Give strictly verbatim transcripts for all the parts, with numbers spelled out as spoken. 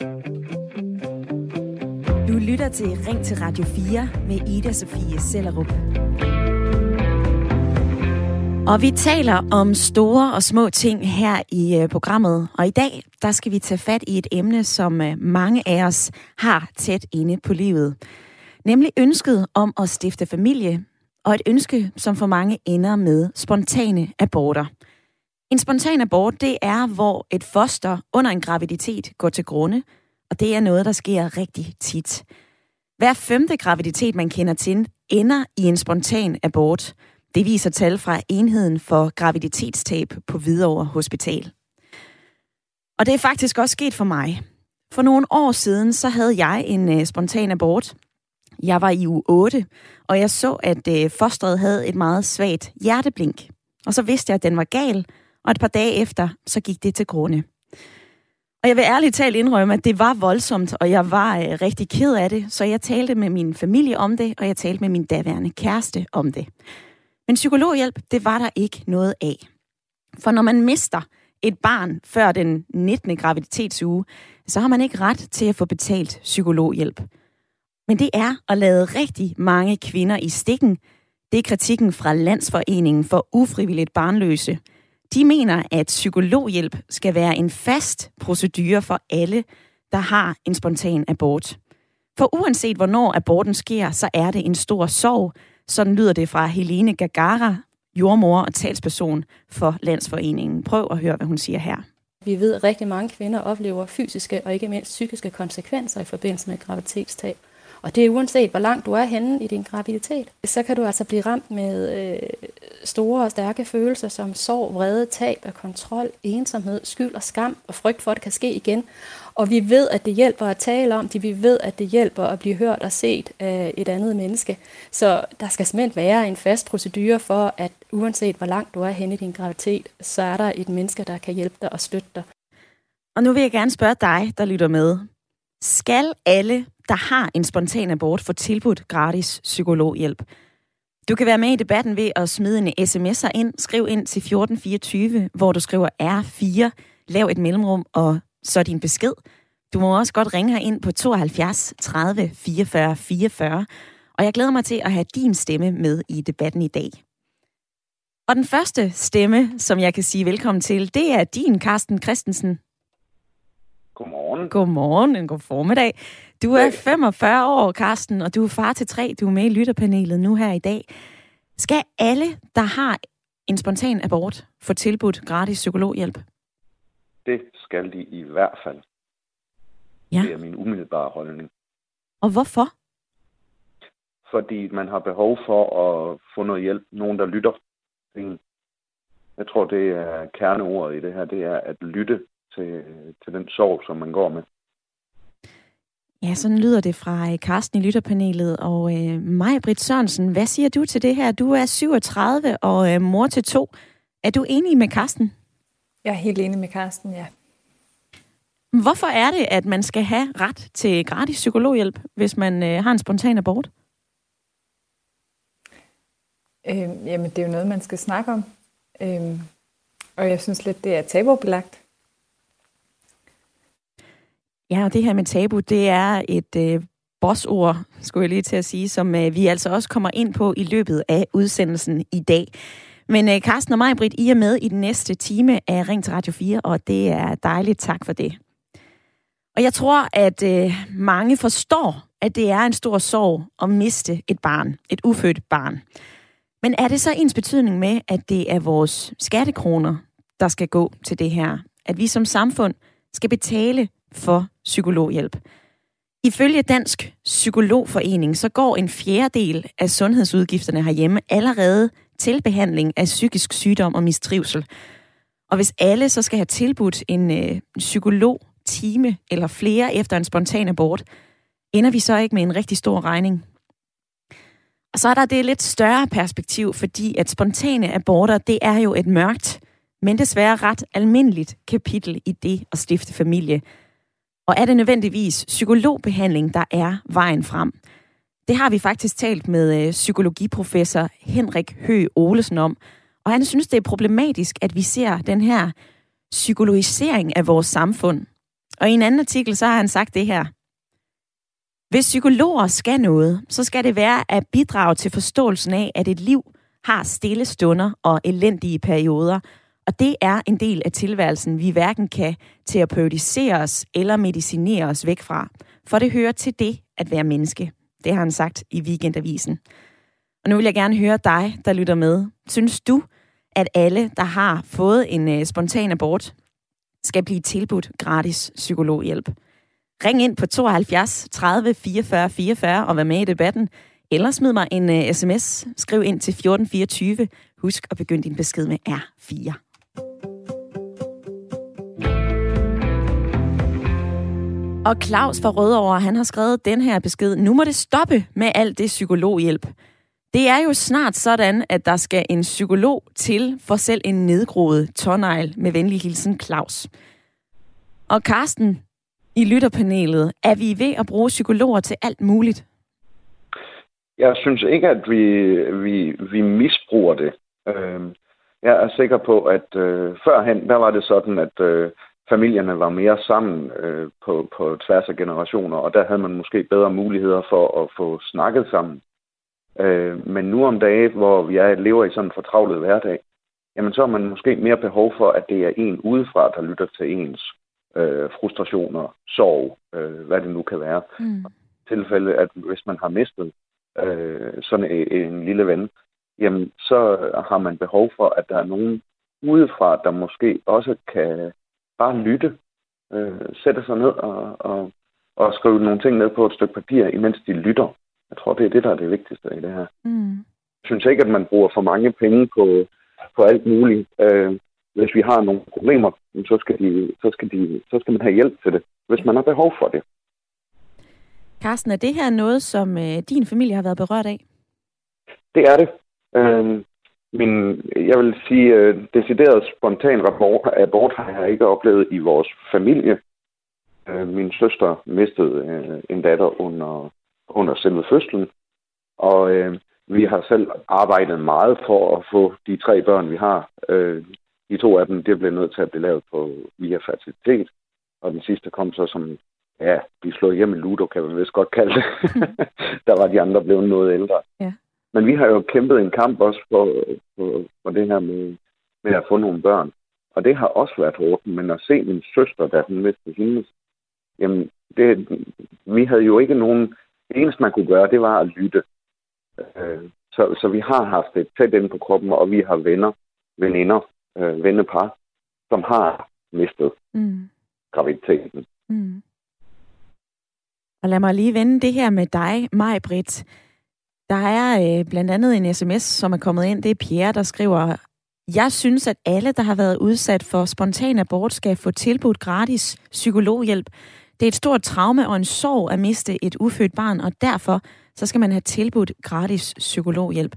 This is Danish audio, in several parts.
Du lytter til Ring til Radio fire med Ida Sofie Sellerup. Og vi taler om store og små ting her i uh, programmet. Og i dag, der skal vi tage fat i et emne, som uh, mange af os har tæt inde på livet. Nemlig ønsket om at stifte familie, og et ønske, som for mange ender med spontane aborter. En spontan abort, det er, hvor et foster under en graviditet går til grunde, og det er noget, der sker rigtig tit. Hver femte graviditet, man kender til, ender i en spontan abort. Det viser tal fra enheden for graviditetstab på Hvidovre Hospital. Og det er faktisk også sket for mig. For nogle år siden, så havde jeg en uh, spontan abort. Jeg var i uge otte, og jeg så, at uh, fosteret havde et meget svagt hjerteblink. Og så vidste jeg, at den var gal, og et par dage efter, så gik det til grunde. Og jeg vil ærligt talt indrømme, at det var voldsomt, og jeg var uh, rigtig ked af det, så jeg talte med min familie om det, og jeg talte med min daværende kæreste om det. Men psykologhjælp, det var der ikke noget af. For når man mister et barn før den nittende graviditetsuge, så har man ikke ret til at få betalt psykologhjælp. Men det er at lade rigtig mange kvinder i stikken. Det er kritikken fra Landsforeningen for Ufrivilligt Barnløse. De mener, at psykologhjælp skal være en fast procedure for alle, der har en spontan abort. For uanset hvornår aborten sker, så er det en stor sorg. Sådan lyder det fra Helene Gagara, jordmor og talsperson for Landsforeningen. Prøv at høre, hvad hun siger her. Vi ved, at rigtig mange kvinder oplever fysiske og ikke mindst psykiske konsekvenser i forbindelse med graviditetstab. Og det er uanset, hvor langt du er henne i din graviditet. Så kan du altså blive ramt med øh, store og stærke følelser som sorg, vrede, tab af kontrol, ensomhed, skyld og skam og frygt for, at det kan ske igen. Og vi ved, at det hjælper at tale om det. Vi ved, at det hjælper at blive hørt og set af et andet menneske. Så der skal simpelthen være en fast procedure for, at uanset hvor langt du er henne i din graviditet, så er der et menneske, der kan hjælpe dig og støtte dig. Og nu vil jeg gerne spørge dig, der lytter med. Skal alle, der har en spontan abort, få tilbudt gratis psykologhjælp? Du kan være med i debatten ved at smide en sms'er ind. Skriv ind til fjorten fireogtyve, hvor du skriver R fire. Lav et mellemrum og så din besked. Du må også godt ringe her ind på tooghalvfjerds tredive fireogfyrre fireogfyrre. Og jeg glæder mig til at have din stemme med i debatten i dag. Og den første stemme, som jeg kan sige velkommen til, det er din, Carsten Christensen. Godmorgen. Godmorgen, en god formiddag. Du er femogfyrre år, Carsten, og du er far til tre. Du er med i lytterpanelet nu her i dag. Skal alle, der har en spontan abort, få tilbudt gratis psykologhjælp? Det skal de i hvert fald. Ja. Det er min umiddelbare holdning. Og hvorfor? Fordi man har behov for at få noget hjælp. Nogen, der lytter. Jeg tror, det er kerneordet i det her. Det er at lytte til, til den sorg, som man går med. Ja, sådan lyder det fra Carsten i lytterpanelet. Og øh, Maj-Britt Sørensen, hvad siger du til det her? Du er syvogtredive og øh, mor til to. Er du enig med Carsten? Jeg er helt enig med Carsten, ja. Hvorfor er det, at man skal have ret til gratis psykologhjælp, hvis man øh, har en spontan abort? Øhm, jamen, det er jo noget, man skal snakke om. Øhm, og jeg synes lidt, det er tabubelagt. Ja, og det her med tabu, det er et øh, bossord, skulle jeg lige til at sige, som øh, vi altså også kommer ind på i løbet af udsendelsen i dag. Men øh, Carsten og Maj-Britt, I er med i den næste time af Ring til Radio fire, og det er dejligt. Tak for det. Og jeg tror, at øh, mange forstår, at det er en stor sorg at miste et barn, et ufødt barn. Men er det så ens betydning med, at det er vores skattekroner, der skal gå til det her? At vi som samfund skal betale for psykologhjælp? Ifølge Dansk Psykologforening, så går en fjerdedel af sundhedsudgifterne herhjemme allerede til behandling af psykisk sygdom og mistrivsel. Og hvis alle så skal have tilbudt en øh, psykologtime eller flere efter en spontan abort, ender vi så ikke med en rigtig stor regning. Og så er der det lidt større perspektiv, fordi at spontane aborter, det er jo et mørkt, men desværre ret almindeligt kapitel i det at stifte familie. Og er det nødvendigvis psykologbehandling, der er vejen frem? Det har vi faktisk talt med psykologiprofessor Henrik Høgh Olesen om. Og han synes, det er problematisk, at vi ser den her psykologisering af vores samfund. Og i en anden artikel, så har han sagt det her. Hvis psykologer skal noget, så skal det være at bidrage til forståelsen af, at et liv har stille stunder og elendige perioder. Og det er en del af tilværelsen, vi hverken kan terapeutisere os eller medicinere os væk fra. For det hører til det at være menneske. Det har han sagt i Weekendavisen. Og nu vil jeg gerne høre dig, der lytter med. Synes du, at alle, der har fået en uh, spontan abort, skal blive tilbudt gratis psykologhjælp? Ring ind på tooghalvfjerds tredive fireogfyrre fireogfyrre og vær med i debatten. Eller smid mig en uh, sms. Skriv ind til fjorten fireogtyve. Husk at begynde din besked med R fire. Og Claus fra Rødovre, han har skrevet den her besked. Nu må det stoppe med alt det psykologhjælp. Det er jo snart sådan, at der skal en psykolog til for selv en nedgroet tånegl. Med venlig hilsen, Claus. Og Karsten, i lytterpanelet, er vi ved at bruge psykologer til alt muligt? Jeg synes ikke, at vi, vi, vi misbruger det. Jeg er sikker på, at øh, førhen, der var det sådan, at øh, familierne var mere sammen øh, på, på tværs af generationer, og der havde man måske bedre muligheder for at få snakket sammen. Øh, men nu om dagen, hvor vi er, lever i sådan en fortravlet hverdag, jamen så har man måske mere behov for, at det er en udefra, der lytter til ens øh, frustrationer, sorg, øh, hvad det nu kan være. Mm. I tilfælde, at hvis man har mistet øh, sådan en, en lille ven, jamen så har man behov for, at der er nogen udefra, der måske også kan bare lytte, øh, sætte sig ned og, og, og skrive nogle ting ned på et stykke papir, imens de lytter. Jeg tror, det er det, der er det vigtigste i det her. Mm. Jeg synes ikke, at man bruger for mange penge på, på alt muligt. Øh, hvis vi har nogle problemer, så skal, de, så, skal de, så skal man have hjælp til det, hvis man har behov for det. Karsten, er det her noget, som øh, din familie har været berørt af? Det er det. Øh, men jeg vil sige, øh, decideret spontan abort har jeg ikke oplevet i vores familie. Øh, min søster mistede øh, en datter under, under selve fødslen, og øh, vi har selv arbejdet meget for at få de tre børn, vi har. Øh, de to af dem, det blev nødt til at blive lavet på via fertilitet, og den sidste kom så som, ja, de slog hjem i ludo, kan man vist godt kalde det. Der var de andre blevet noget ældre. Ja. Men vi har jo kæmpet en kamp også for, for, for det her med, med at få nogle børn. Og det har også været hårdt, men at se min søster, da den mistede hendes, jamen, det, vi havde jo ikke nogen, det eneste man kunne gøre, det var at lytte. Så, så vi har haft det tæt inde på kroppen, og vi har venner, veninder, øh, vennepar, som har mistet mm. graviditeten. Mm. Og lad mig lige vende det her med dig, Maj-Britt. Der er øh, blandt andet en sms, som er kommet ind. Det er Pierre, der skriver, jeg synes, at alle, der har været udsat for spontan abort, skal få tilbudt gratis psykologhjælp. Det er et stort traume og en sorg at miste et ufødt barn, og derfor så skal man have tilbudt gratis psykologhjælp.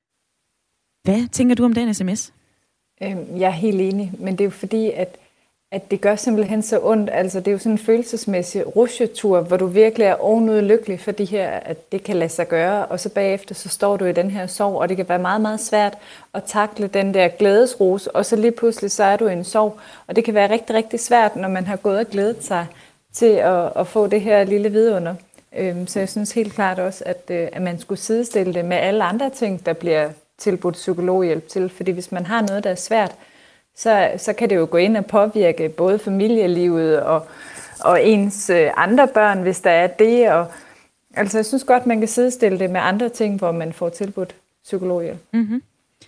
Hvad tænker du om den sms? Øhm, jeg er helt enig, men det er jo fordi, at, at det gør simpelthen så ondt. Altså, det er jo sådan en følelsesmæssig rusjetur, hvor du virkelig er ovenud lykkelig for det her, at det kan lade sig gøre, og så bagefter så står du i den her sorg, og det kan være meget, meget svært at takle den der glædesrus, og så lige pludselig så er du i en sorg, og det kan være rigtig, rigtig svært, når man har gået og glædet sig til at, at få det her lille vidunder. Så jeg synes helt klart også, at, at man skulle sidestille det med alle andre ting, der bliver tilbudt psykologhjælp til. Fordi hvis man har noget, der er svært, så, så kan det jo gå ind og påvirke både familielivet og, og ens andre børn, hvis der er det. Og, altså jeg synes godt, man kan sidestille det med andre ting, hvor man får tilbudt psykologhjælp. Mm-hmm.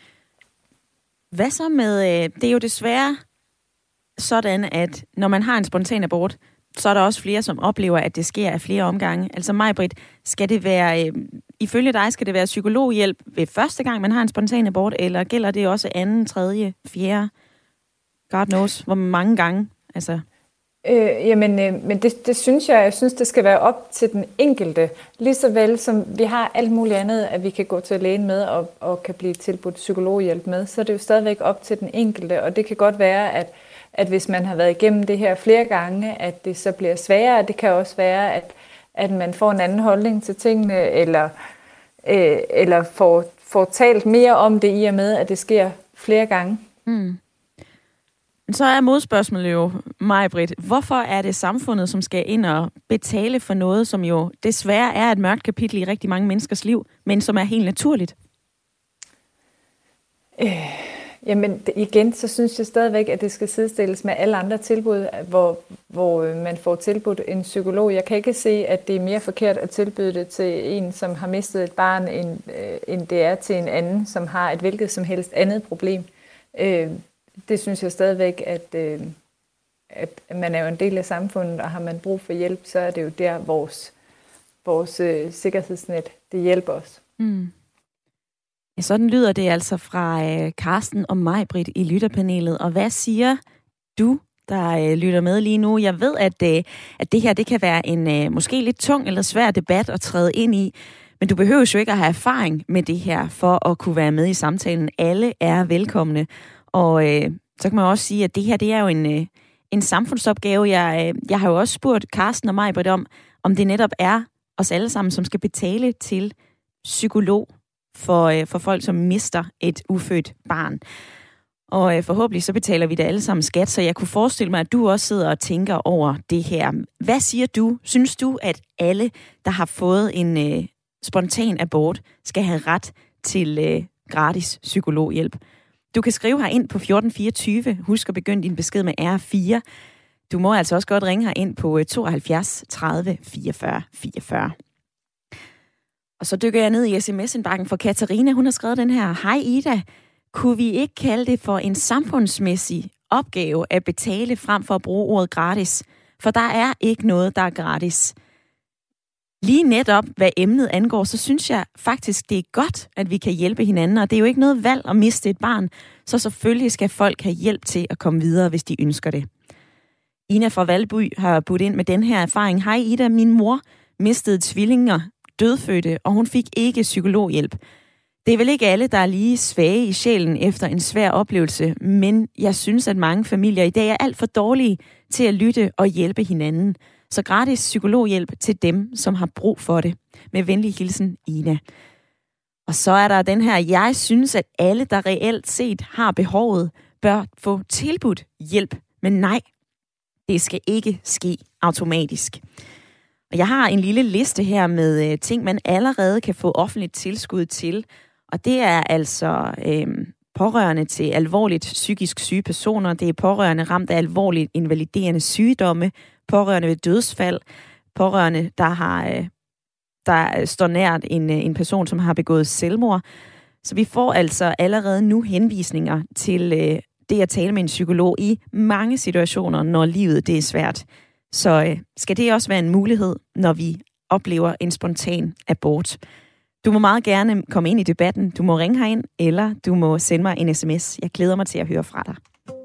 Hvad så med, det er jo desværre sådan, at når man har en spontan abort, så er der også flere, som oplever, at det sker af flere omgange. Altså Maj-Britt, skal det være, øh, ifølge dig, skal det være psykologhjælp ved første gang, man har en spontan abort, eller gælder det også anden, tredje, fjerde, God knows, hvor mange gange? Altså. Øh, jamen, øh, men det, det synes jeg, jeg synes, det skal være op til den enkelte. Lige så vel som vi har alt muligt andet, at vi kan gå til lægen med og, og kan blive tilbudt psykologhjælp med, så er det jo stadigvæk op til den enkelte, og det kan godt være, at at hvis man har været igennem det her flere gange, at det så bliver sværere. Det kan også være, at, at man får en anden holdning til tingene, eller, øh, eller får, får talt mere om det i og med, at det sker flere gange. Mm. Så er modspørgsmålet jo, Maj-Britt, hvorfor er det samfundet, som skal ind og betale for noget, som jo desværre er et mørkt kapitel i rigtig mange menneskers liv, men som er helt naturligt? Øh, jamen igen, så synes jeg stadigvæk, at det skal sidestilles med alle andre tilbud, hvor, hvor man får tilbudt en psykolog. Jeg kan ikke se, at det er mere forkert at tilbyde det til en, som har mistet et barn, end, øh, end det er til en anden, som har et hvilket som helst andet problem. Øh, Det synes jeg stadigvæk, at, øh, at man er jo en del af samfundet, og har man brug for hjælp, så er det jo der, vores, vores øh, sikkerhedsnet, det hjælper os. Mm. Ja, sådan lyder det altså fra øh, Karsten og Maj-Britt i lytterpanelet. Og hvad siger du, der øh, lytter med lige nu? Jeg ved, at, øh, at det her det kan være en øh, måske lidt tung eller svær debat at træde ind i, men du behøver jo ikke at have erfaring med det her for at kunne være med i samtalen. Alle er velkomne. Og øh, så kan man også sige, at det her det er jo en, øh, en samfundsopgave. Jeg, øh, jeg har jo også spurgt Karsten og Maj-Britt om, om det netop er os alle sammen, som skal betale til psykolog for, øh, for folk, som mister et ufødt barn. Og øh, forhåbentlig så betaler vi det alle sammen skat, så jeg kunne forestille mig, at du også sidder og tænker over det her. Hvad siger du? Synes du, at alle, der har fået en øh, spontan abort, skal have ret til øh, gratis psykologhjælp? Du kan skrive her ind på fjorten fireogtyve. Husk at begynde din besked med R fire. Du må altså også godt ringe her ind på tooghalvfjerds tredive fireogfyrre fireogfyrre. Og så dykker jeg ned i sms-indbakken for Katarina. Hun har skrevet den her. Hej Ida, kunne vi ikke kalde det for en samfundsmæssig opgave at betale frem for at bruge ordet gratis? For der er ikke noget, der er gratis. Lige netop, hvad emnet angår, så synes jeg faktisk, det er godt, at vi kan hjælpe hinanden, og det er jo ikke noget valg at miste et barn, så selvfølgelig skal folk have hjælp til at komme videre, hvis de ønsker det. Ina fra Valby har budt ind med den her erfaring. Hej Ida, min mor mistede tvillinger, dødfødte, og hun fik ikke psykologhjælp. Det er vel ikke alle, der er lige svage i sjælen efter en svær oplevelse, men jeg synes, at mange familier i dag er alt for dårlige til at lytte og hjælpe hinanden. Så gratis psykologhjælp til dem, som har brug for det. Med venlig hilsen, Ina. Og så er der den her, jeg synes, at alle, der reelt set har behovet, bør få tilbudt hjælp. Men nej, det skal ikke ske automatisk. Og jeg har en lille liste her med ting, man allerede kan få offentligt tilskud til. Og det er altså øh, pårørende til alvorligt psykisk syge personer. Det er pårørende ramt af alvorligt invaliderende sygdomme, pårørende ved dødsfald, pårørende, der har der står nært en, en person, som har begået selvmord. Så vi får altså allerede nu henvisninger til øh, det at tale med en psykolog i mange situationer, når livet det er svært. Så øh, skal det også være en mulighed, når vi oplever en spontan abort. Du må meget gerne komme ind i debatten. Du må ringe herind, eller du må sende mig en sms. Jeg glæder mig til at høre fra dig.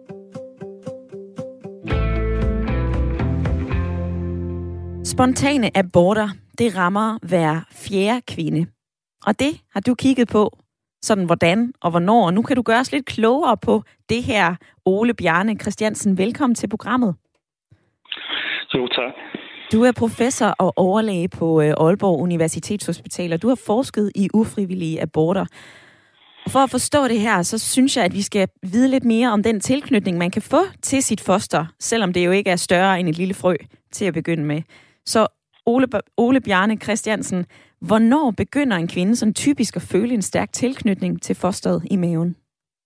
Spontane aborter, det rammer hver fjerde kvinde. Og det har du kigget på, sådan hvordan og hvornår. Og nu kan du gøre os lidt klogere på det her, Ole Bjarne Christiansen. Velkommen til programmet. Jo, tak. Du er professor og overlæge på Aalborg Universitetshospital, og du har forsket i ufrivillige aborter. Og for at forstå det her, så synes jeg, at vi skal vide lidt mere om den tilknytning, man kan få til sit foster, selvom det jo ikke er større end et lille frø til at begynde med. Så Ole, Ole Bjarne Christiansen, hvornår begynder en kvinde sådan typisk at føle en stærk tilknytning til fosteret i maven?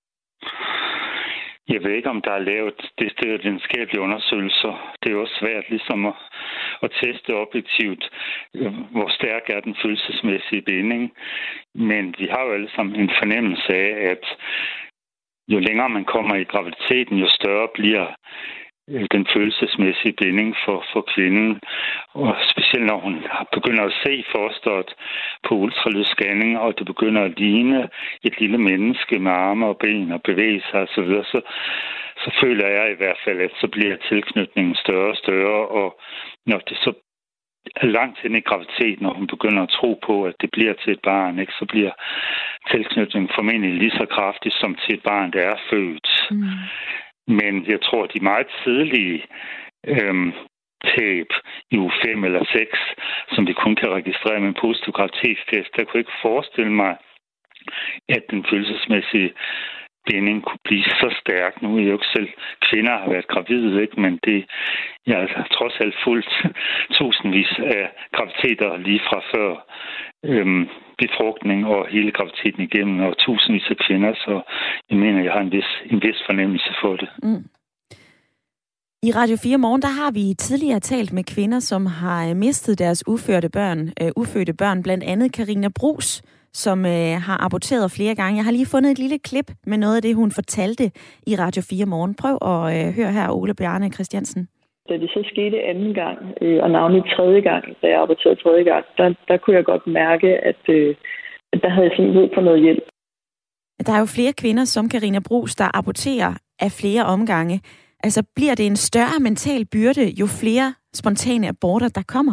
Jeg ved ikke, om der er lavet det sted videnskabelige undersøgelser. Det er jo også svært ligesom at, at teste objektivt, hvor stærk er den følelsesmæssige binding. Men vi har jo alle sammen en fornemmelse af, at jo længere man kommer i graviditeten, jo større bliver den følelsesmæssige binding for, for kvinden. Og specielt når hun begynder at se fosteret på ultralydsscanning, og det begynder at ligne et lille menneske med arme og ben og bevæge sig osv., så, så føler jeg i hvert fald, at så bliver tilknytningen større og større, og når det så er langt hen i graviditeten, når hun begynder at tro på, at det bliver til et barn, ikke, så bliver tilknytningen formentlig lige så kraftig som til et barn, der er født. Mm. Men jeg tror, at de meget tidlige øhm, tab i uge fem eller seks, som vi kun kan registrere med en positiv graviditetstest, der kunne jeg ikke forestille mig, at den følelsesmæssige binding kunne blive så stærk. Nu er jeg jo ikke selv kvinder, har været gravide, ikke? Men det, jeg har altså trods alt fulgt tusindvis af graviditeter lige fra før øhm, befrugtning og hele graviditeten igennem, og tusindvis af kvinder, så jeg mener, jeg har en vis, en vis fornemmelse for det. Mm. I Radio fire Morgen, der har vi tidligere talt med kvinder, som har mistet deres ufødte børn, øh, ufødte børn, blandt andet Carina Bruus, som øh, har aborteret flere gange. Jeg har lige fundet et lille klip med noget af det, hun fortalte i Radio fire Morgen. Prøv at øh, høre her, Ole Bjarne Christiansen. Da det så skete anden gang, øh, og navnlig tredje gang, da jeg aborterede tredje gang, der, der kunne jeg godt mærke, at, øh, at der havde jeg sådan brug for noget hjælp. Der er jo flere kvinder som Carina Bruus, der aborterer af flere omgange. Altså, bliver det en større mental byrde, jo flere spontane aborter, der kommer?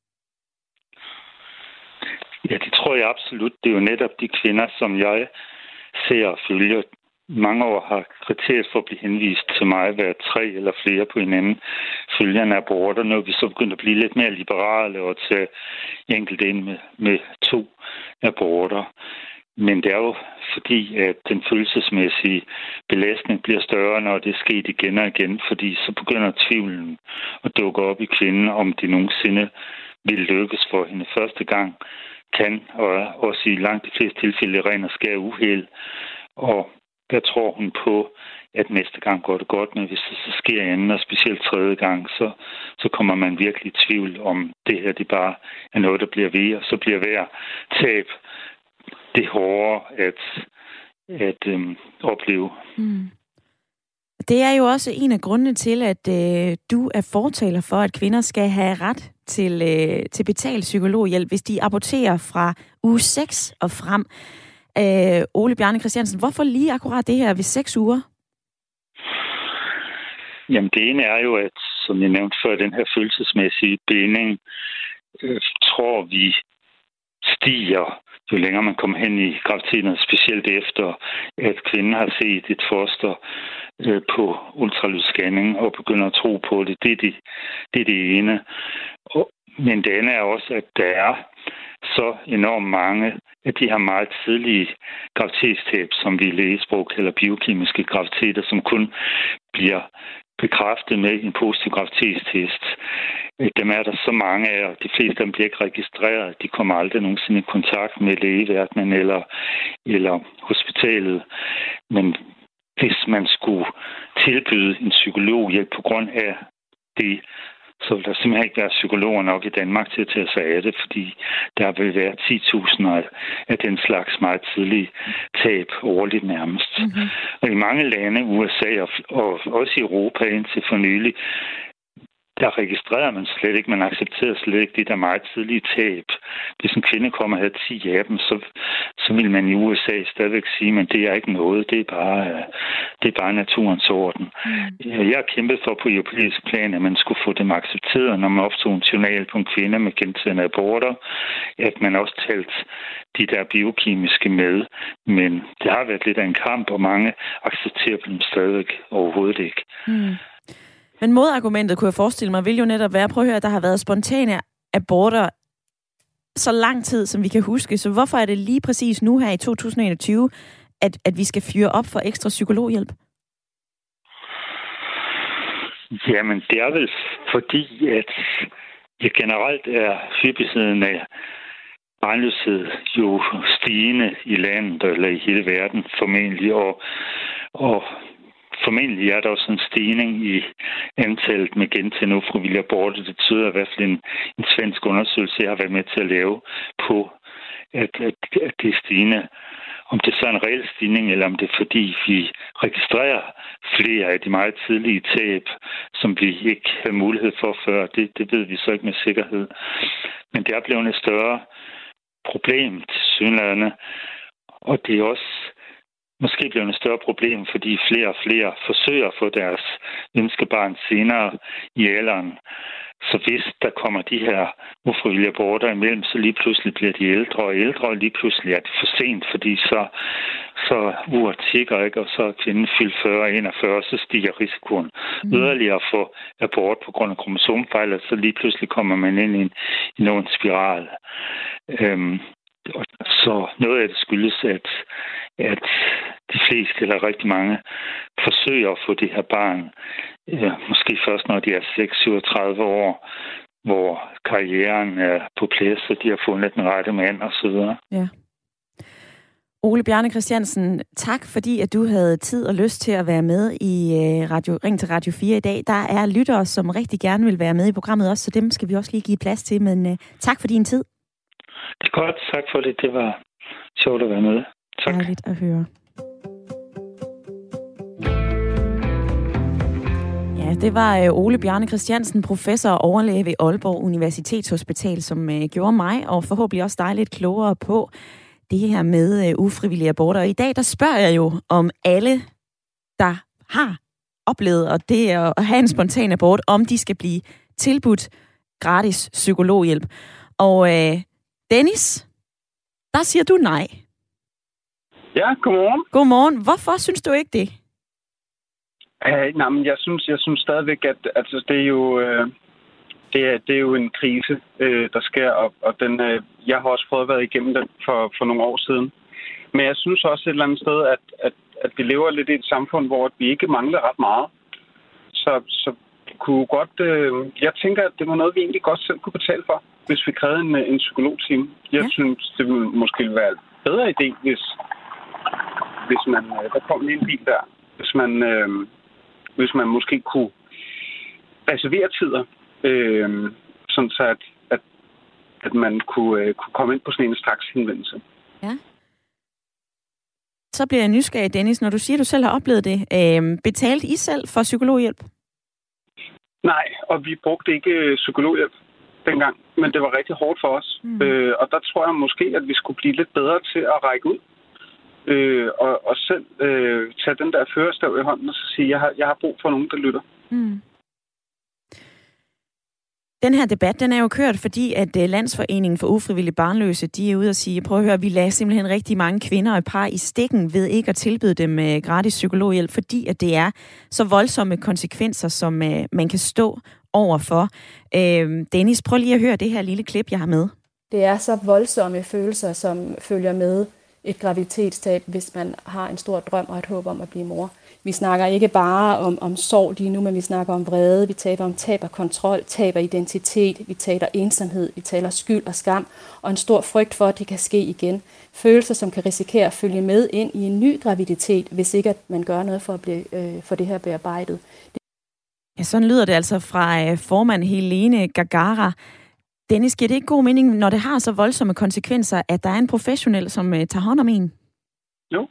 Ja, det tror jeg absolut. Det er jo netop de kvinder, som jeg ser og følger. Mange år har kriteriet for at blive henvist til mig været tre eller flere på hinanden følgende aborter. Nu er vi så begyndt at blive lidt mere liberale og tage enkelt ind med, med to aborter. Men det er jo fordi, at den følelsesmæssige belastning bliver større, når det er sket igen og igen, fordi så begynder tvivlen at dukke op i kvinden, om det nogensinde vil lykkes for hende første gang, kan, og også i langt de fleste tilfælde ren og skær uheld. Og der tror hun på, at næste gang går det godt, men hvis det så sker anden og specielt tredje gang, så, så kommer man virkelig i tvivl om det her, det bare er noget, der bliver ved, og så bliver hver tab det hårdere at, at øhm, opleve. Mm. Det er jo også en af grundene til, at øh, du er fortaler for, at kvinder skal have ret til, øh, til betalt psykologhjælp, hvis de aborterer fra uge seks og frem. Øh, Ole Bjarne Christiansen, hvorfor lige akkurat det her ved seks uger? Jamen det ene er jo, at som jeg nævnte før, den her følelsesmæssige binding, øh, tror vi stiger, jo længere man kommer hen i graviditeten, specielt efter, at kvinden har set et foster øh, på ultralydsscanning og begynder at tro på det. Det er det, det, er det ene. Og, men det andet er også, at der er så enormt mange af de her meget tidlige graviditetstab, som vi i lægesprog kalder biokemiske graviditeter, som kun bliver bekræftet med en positiv graviditetstest. Dem er der så mange af, og de fleste af dem bliver ikke registreret. De kommer aldrig nogensinde i kontakt med lægeverdenen eller, eller hospitalet. Men hvis man skulle tilbyde en psykologhjælp på grund af det, så vil der simpelthen ikke være psykologer nok i Danmark til at tage sig af det, fordi der vil være ti tusind af den slags meget tidlige tab årligt nærmest. Mm-hmm. Og i mange lande, U S A og, og også i Europa indtil for nylig, der registrerer man slet ikke, man accepterer slet ikke det der meget tidlige tab. Hvis en kvinde kommer og havde ti af dem, så, så vil man i U S A stadigvæk sige, men det er ikke noget, det er bare, det er bare naturens orden. Mm. Jeg har kæmpet for på europæisk plan, at man skulle få dem accepteret, når man opstod en journal på en kvinde med gentagne aborter, at man også talte de der biokemiske med, men det har været lidt af en kamp, og mange accepterer dem stadigvæk overhovedet ikke. Mm. Men modargumentet, kunne jeg forestille mig, vil jo netop være, prøv at høre, at der har været spontane aborter så lang tid, som vi kan huske. Så hvorfor er det lige præcis nu her i to tusind og enogtyve, at, at vi skal fyre op for ekstra psykologhjælp? Jamen, det er vel fordi, at generelt er hyppigheden af barnløshed jo stigende i landet eller i hele verden formentlig, og, og formentlig er der også en stigning i antallet med gentagne ufrivillige aborter. Det tyder i hvert fald en, en svensk undersøgelse, jeg har været med til at lave på, at, at, at det er stigende. Om det så er en reel stigning, eller om det er fordi, vi registrerer flere af de meget tidlige tab, som vi ikke havde mulighed for før, det, det ved vi så ikke med sikkerhed. Men det er blevet et større problem til synligheden, og det er også måske bliver et større problem, fordi flere og flere forsøger at få deres ønskebarn senere i alderen. Så hvis der kommer de her ufrivillige aborter imellem, så lige pludselig bliver de ældre og ældre, og lige pludselig er det for sent, fordi så, så uret tigger, ikke, og så er kvinden fyldt fyrre og enogfyrre, så stiger risikoen mm. yderligere for abort på grund af kromosomfejl, så lige pludselig kommer man ind i en, i en spiral. Øhm, Så noget af det skyldes, at, at de fleste eller rigtig mange forsøger at få det her barn. Øh, måske først, når de er seks til syvogtredive år, hvor karrieren er på plads, og de har fundet den rette mand osv. Ja. Ole Bjarne Christiansen, tak fordi at du havde tid og lyst til at være med i Radio, Ring til Radio fire i dag. Der er lyttere, som rigtig gerne vil være med i programmet også, så dem skal vi også lige give plads til, men uh, tak for din tid. Det er godt, tak for det. Det var sjovt at være med. Tak. Dejligt at høre. Ja, det var Ole Bjarne Christiansen, professor og overlæge ved Aalborg Universitetshospital, som uh, gjorde mig og forhåbentlig også dig lidt klogere på det her med uh, ufrivillige aborter. Og i dag, der spørger jeg jo om alle, der har oplevet og det at have en spontan abort, om de skal blive tilbudt gratis psykologhjælp. Og uh, Dennis, der siger du nej. Ja, godmorgen. Godmorgen. Hvorfor synes du ikke det? Uh, nej, men jeg synes, jeg synes stadigvæk, at altså, det er jo... Uh... Det er, det er jo en krise, øh, der sker, og, og den, øh, jeg har også prøvet at være igennem den for, for nogle år siden. Men jeg synes også et eller andet sted, at, at, at vi lever lidt i et samfund, hvor vi ikke mangler ret meget. Så, så kunne godt, øh, jeg tænker, at det var noget, vi egentlig godt selv kunne betale for, hvis vi krævede en, en psykologtime. Jeg ja. synes, det ville måske være en bedre idé, hvis, hvis man, der kom en bil der, hvis man, øh, hvis man måske kunne reservere tider. Øh, sådan så, at, at, at man kunne, øh, kunne komme ind på sådan en straks henvendelse. Ja. Så bliver jeg nysgerrig, Dennis, når du siger, at du selv har oplevet det. Øh, betalte I selv for psykologhjælp? Nej, og vi brugte ikke psykologhjælp dengang, men det var rigtig hårdt for os. Mm. Øh, og der tror jeg måske, at vi skulle blive lidt bedre til at række ud. Øh, og, og selv øh, tage den der førerstav i hånden og så sige, jeg har, jeg har brug for nogen, der lytter. Mm. Den her debat, den er jo kørt, fordi at Landsforeningen for Ufrivillige Barnløse, de er ude og sige, prøv at høre, vi lader simpelthen rigtig mange kvinder og par i stikken ved ikke at tilbyde dem gratis psykologhjælp, fordi at det er så voldsomme konsekvenser, som man kan stå overfor. Dennis, prøv lige at høre det her lille klip, jeg har med. Det er så voldsomme følelser, som følger med et graviditetstab, hvis man har en stor drøm og et håb om at blive mor. Vi snakker ikke bare om, om sorg lige nu, men vi snakker om vrede, vi taler om tab af kontrol, tab af identitet, vi taler ensomhed, vi taler skyld og skam, og en stor frygt for, at det kan ske igen. Følelser, som kan risikere at følge med ind i en ny graviditet, hvis ikke at man gør noget for at blive, øh, for det her bearbejdet. Ja, sådan lyder det altså fra formand Helene Gagara. Dennis, giver det ikke god mening, når det har så voldsomme konsekvenser, at der er en professionel, som øh, tager hånd om en? Jo.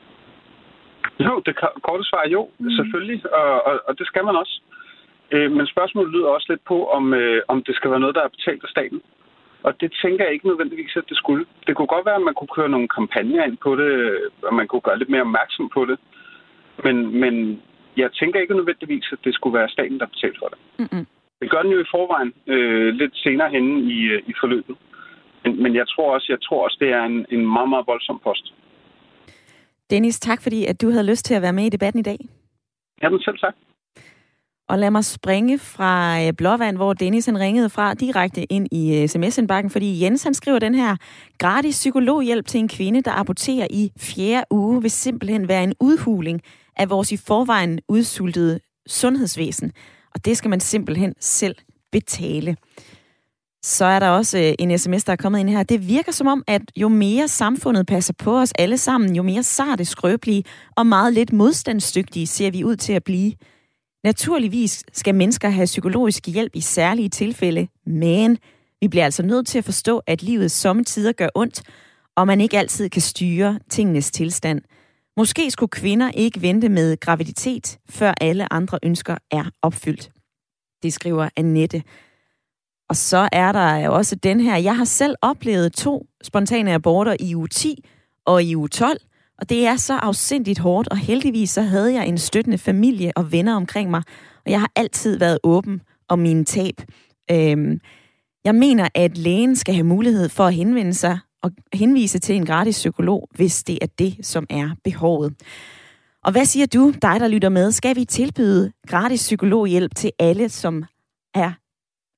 Jo, det korte svar er jo, mm. selvfølgelig, og, og, og det skal man også. Øh, men spørgsmålet lyder også lidt på, om, øh, om det skal være noget, der er betalt af staten. Og det tænker jeg ikke nødvendigvis, at det skulle. Det kunne godt være, at man kunne køre nogle kampagner ind på det, og man kunne gøre lidt mere opmærksom på det. Men, men jeg tænker ikke nødvendigvis, at det skulle være staten, der betalte for det. Mm-mm. Det gør den jo i forvejen øh, lidt senere henne i, i forløbet. Men, men jeg tror også, jeg tror også, det er en, en meget, meget voldsom post. Dennis, tak fordi at du havde lyst til at være med i debatten i dag. Jamen selv tak. Og lad mig springe fra Blåvand, hvor Dennis han ringede fra direkte ind i sms-indbakken, fordi Jens han skriver den her: gratis psykologhjælp til en kvinde, der aborterer i fjerde uge, vil simpelthen være en udhuling af vores i forvejen udsultede sundhedsvæsen. Og det skal man simpelthen selv betale. Så er der også en sms, der er kommet ind her. Det virker som om, at jo mere samfundet passer på os alle sammen, jo mere sarte, skrøbelige og meget lidt modstandsdygtige ser vi ud til at blive. Naturligvis skal mennesker have psykologisk hjælp i særlige tilfælde, men vi bliver altså nødt til at forstå, at livet sommetider gør ondt, og man ikke altid kan styre tingenes tilstand. Måske skulle kvinder ikke vente med graviditet, før alle andre ønsker er opfyldt. Det skriver Annette. Og så er der også den her. Jeg har selv oplevet to spontane aborter i uge ti og i uge tolv, og det er så afsindigt hårdt, og heldigvis så havde jeg en støttende familie og venner omkring mig, og jeg har altid været åben om mine tab. Øhm, jeg mener, at lægen skal have mulighed for at henvende sig og henvise til en gratis psykolog, hvis det er det, som er behovet. Og hvad siger du, dig der lytter med? Skal vi tilbyde gratis psykologhjælp til alle, som er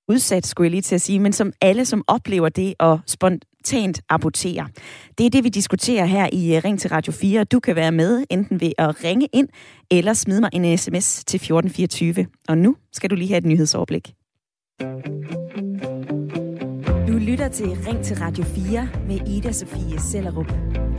udsat, skulle jeg lige til at sige, men som alle, som oplever det at spontant abortere. Det er det, vi diskuterer her i Ring til Radio fire. Du kan være med enten ved at ringe ind, eller smide mig en sms til fjorten fireogtyve. Og nu skal du lige have et nyhedsoverblik. Du lytter til Ring til Radio fire med Ida Sofie Sellerup.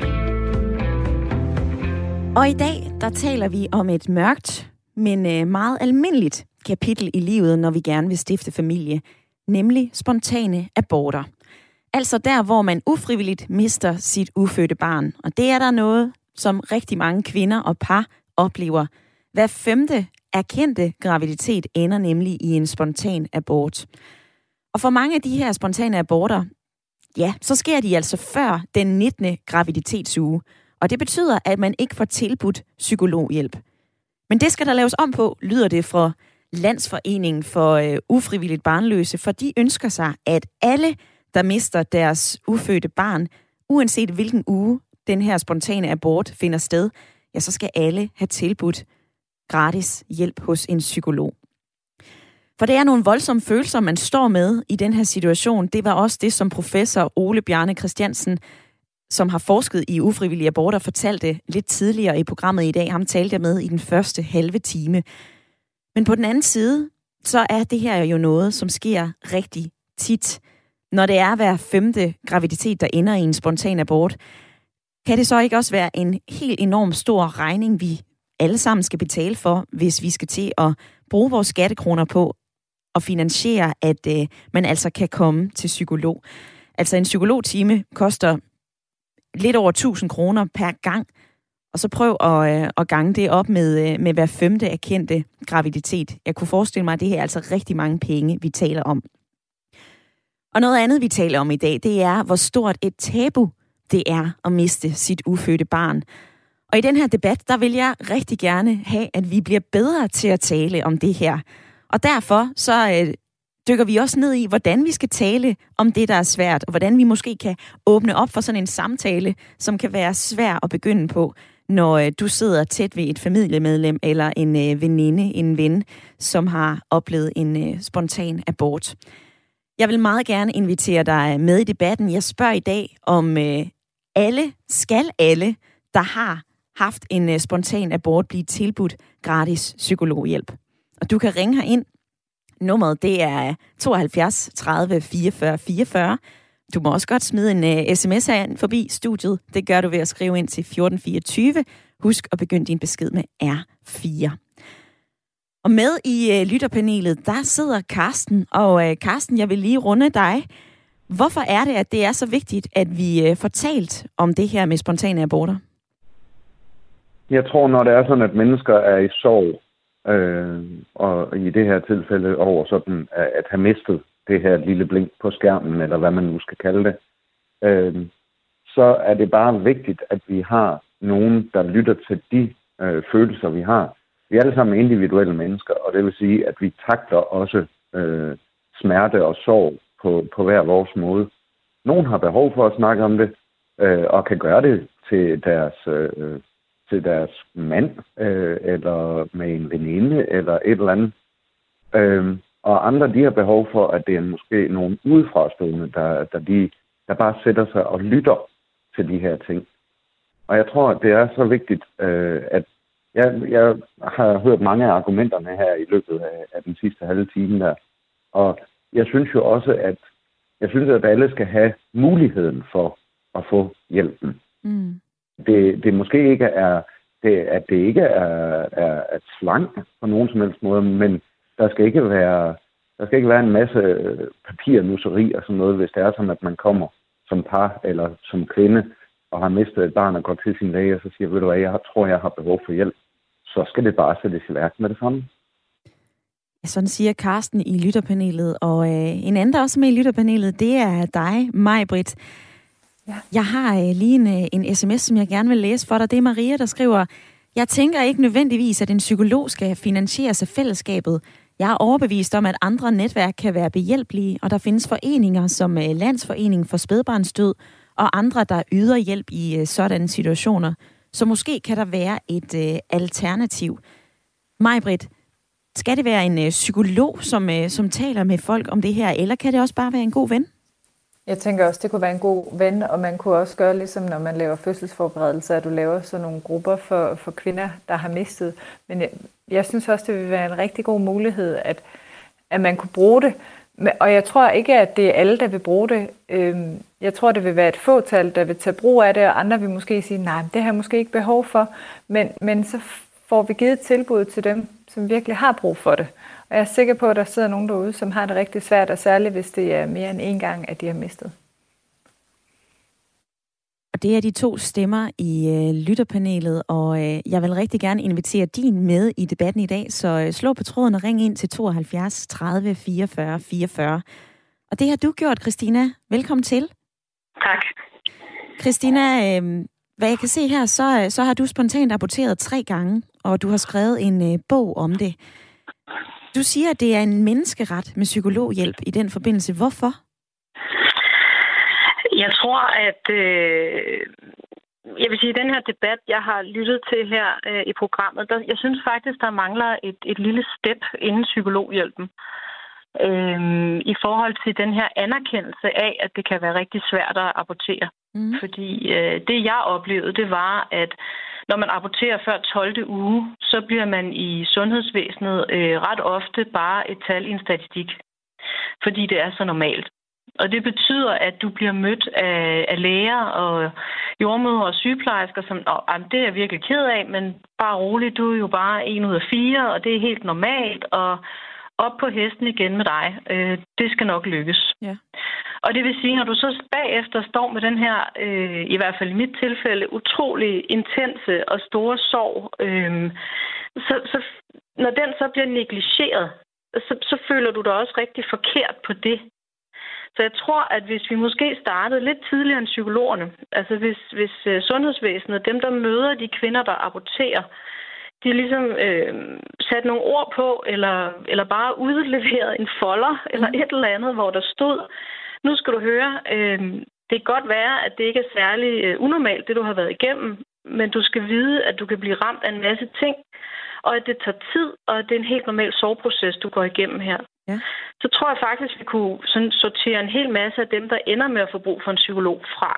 Og i dag, der taler vi om et mørkt, men meget almindeligt kapitel i livet, når vi gerne vil stifte familie, nemlig spontane aborter. Altså der, hvor man ufrivilligt mister sit ufødte barn. Og det er der noget, som rigtig mange kvinder og par oplever. Hver femte erkendte graviditet ender nemlig i en spontan abort. Og for mange af de her spontane aborter, ja, så sker de altså før den nittende graviditetsuge. Og det betyder, at man ikke får tilbudt psykologhjælp. Men det skal der laves om på, lyder det fra Landsforeningen for øh, ufrivilligt barnløse, for de ønsker sig, at alle, der mister deres ufødte barn, uanset hvilken uge den her spontane abort finder sted, ja, så skal alle have tilbudt gratis hjælp hos en psykolog. For det er nogle voldsomme følelser, man står med i den her situation. Det var også det, som professor Ole Bjarne Christiansen, som har forsket i ufrivillige aborter, fortalte lidt tidligere i programmet i dag. Ham talte jeg med i den første halve time. Men på den anden side, så er det her jo noget, som sker rigtig tit. Når det er hver femte graviditet, der ender i en spontan abort, kan det så ikke også være en helt enorm stor regning, vi alle sammen skal betale for, hvis vi skal til at bruge vores skattekroner på at finansiere, at øh, man altså kan komme til psykolog. Altså en psykologtime koster lidt over tusind kroner per gang, og så prøv at, øh, at gange det op med, øh, med hver femte erkendte graviditet. Jeg kunne forestille mig, at det her er altså rigtig mange penge, vi taler om. Og noget andet, vi taler om i dag, det er, hvor stort et tabu det er at miste sit ufødte barn. Og i den her debat, der vil jeg rigtig gerne have, at vi bliver bedre til at tale om det her. Og derfor så øh, dykker vi også ned i, hvordan vi skal tale om det, der er svært, og hvordan vi måske kan åbne op for sådan en samtale, som kan være svær at begynde på, når øh, du sidder tæt ved et familiemedlem eller en øh, veninde, en ven, som har oplevet en øh, spontan abort. Jeg vil meget gerne invitere dig med i debatten. Jeg spørger i dag, om øh, alle, skal alle, der har haft en øh, spontan abort, blive tilbudt gratis psykologhjælp. Og du kan ringe herind. Nummeret det er tooghalvfjerds tredive fireogfyrre fireogfyrre. Du må også godt smide en uh, sms herind forbi studiet. Det gør du ved at skrive ind til fjorten fireogtyve. Husk at begynde din besked med R fire. Og med i uh, lytterpanelet, der sidder Karsten. Og uh, Karsten, jeg vil lige runde dig. Hvorfor er det, at det er så vigtigt, at vi uh, får talt om det her med spontane aborter? Jeg tror, når det er sådan, at mennesker er i sorg, Øh, og i det her tilfælde over sådan at have mistet det her lille blink på skærmen, eller hvad man nu skal kalde det, øh, så er det bare vigtigt, at vi har nogen, der lytter til de øh, følelser, vi har. Vi er alle sammen individuelle mennesker, og det vil sige, at vi takter også øh, smerte og sorg på, på hver vores måde. Nogen har behov for at snakke om det, øh, og kan gøre det til deres øh, til deres mand, øh, eller med en veninde, eller et eller andet. Øh, og andre, de har behov for, at det er måske nogen udefrastående, der, der, de, der bare sætter sig og lytter til de her ting. Og jeg tror, at det er så vigtigt, øh, at jeg, jeg har hørt mange af argumenterne her i løbet af, af den sidste halve time der. Og jeg synes jo også, at jeg synes, at alle skal have muligheden for at få hjælpen. Mm. Det, det måske ikke er, det, at det ikke er, er, er tvang på nogen som helst måde, men der skal ikke være, der skal ikke være en masse papirnusseri og sådan noget, hvis det er sådan, at man kommer som par eller som kvinde og har mistet et barn og går til sin læge og så siger, ved du hvad, jeg tror, jeg har behov for hjælp. Så skal det bare sættes i værk med det samme. Sådan siger Karsten i lytterpanelet, og øh, en anden, der også med i lytterpanelet, det er dig, Maj-Britt. Ja. Jeg har øh, lige en, øh, en sms, som jeg gerne vil læse for dig. Det er Maria, der skriver, jeg tænker ikke nødvendigvis, at en psykolog skal finansieres af fællesskabet. Jeg er overbevist om, at andre netværk kan være behjælpelige, og der findes foreninger som øh, Landsforeningen for Spædbarnsdød og andre, der yder hjælp i øh, sådanne situationer. Så måske kan der være et øh, alternativ. Maj-Britt, Skal det være en øh, psykolog, som, øh, som taler med folk om det her, eller kan det også bare være en god ven? Jeg tænker også, det kunne være en god ven, og man kunne også gøre ligesom, når man laver fødselsforberedelse, at du laver sådan nogle grupper for, for kvinder, der har mistet. Men jeg, jeg synes også, det vil være en rigtig god mulighed, at, at man kunne bruge det. Og jeg tror ikke, at det er alle, der vil bruge det. Jeg tror, det vil være et fåtal, der vil tage brug af det, og andre vil måske sige, nej, det har jeg måske ikke behov for. Men, men så får vi givet tilbud til dem, som virkelig har brug for det. Og jeg er sikker på, at der sidder nogen derude, som har det rigtig svært, og særligt hvis det er mere end en gang, at de har mistet. Og det er de to stemmer i øh, lytterpanelet, og øh, jeg vil rigtig gerne invitere din med i debatten i dag, så øh, slå på tråden og ring ind til tooghalvfjerds tredive fireogfyrre fireogfyrre. Og det har du gjort, Christina. Velkommen til. Tak. Christina, øh, hvad jeg kan se her, så, så har du spontant rapporteret tre gange, og du har skrevet en øh, bog om det. Du siger, at det er en menneskeret med psykologhjælp i den forbindelse. Hvorfor? Jeg tror, at øh, jeg vil sige, at den her debat, jeg har lyttet til her øh, i programmet, der, jeg synes faktisk, der mangler et, et lille step inden psykologhjælpen. Øh, I forhold til den her anerkendelse af, at det kan være rigtig svært at abortere. Mm. Fordi øh, det, jeg oplevede, det var, at når man aborterer før tolvte uge, så bliver man i sundhedsvæsenet øh, ret ofte bare et tal i en statistik. Fordi det er så normalt. Og det betyder, at du bliver mødt af, af læger og jordmødre og sygeplejersker, som det er jeg virkelig ked af, men bare roligt, du er jo bare en ud af fire, og det er helt normalt, og op på hesten igen med dig. Øh, det skal nok lykkes. Ja. Og det vil sige, når du så bagefter står med den her, øh, i hvert fald i mit tilfælde, utrolig intense og store sorg, øh, så, så når den så bliver negligeret, så, så føler du dig også rigtig forkert på det. Så jeg tror, at hvis vi måske startede lidt tidligere end psykologerne, altså hvis, hvis uh, sundhedsvæsenet, dem der møder de kvinder, der aborterer, de ligesom øh, satte nogle ord på, eller, eller bare udleveret en folder, mm. eller et eller andet, hvor der stod, nu skal du høre, øh, det kan godt være, at det ikke er særlig øh, unormalt, det du har været igennem, men du skal vide, at du kan blive ramt af en masse ting, og at det tager tid, og at det er en helt normal sorgproces, du går igennem her. Ja. Så tror jeg faktisk, at vi kunne sådan sortere en hel masse af dem, der ender med at få brug for en psykolog fra.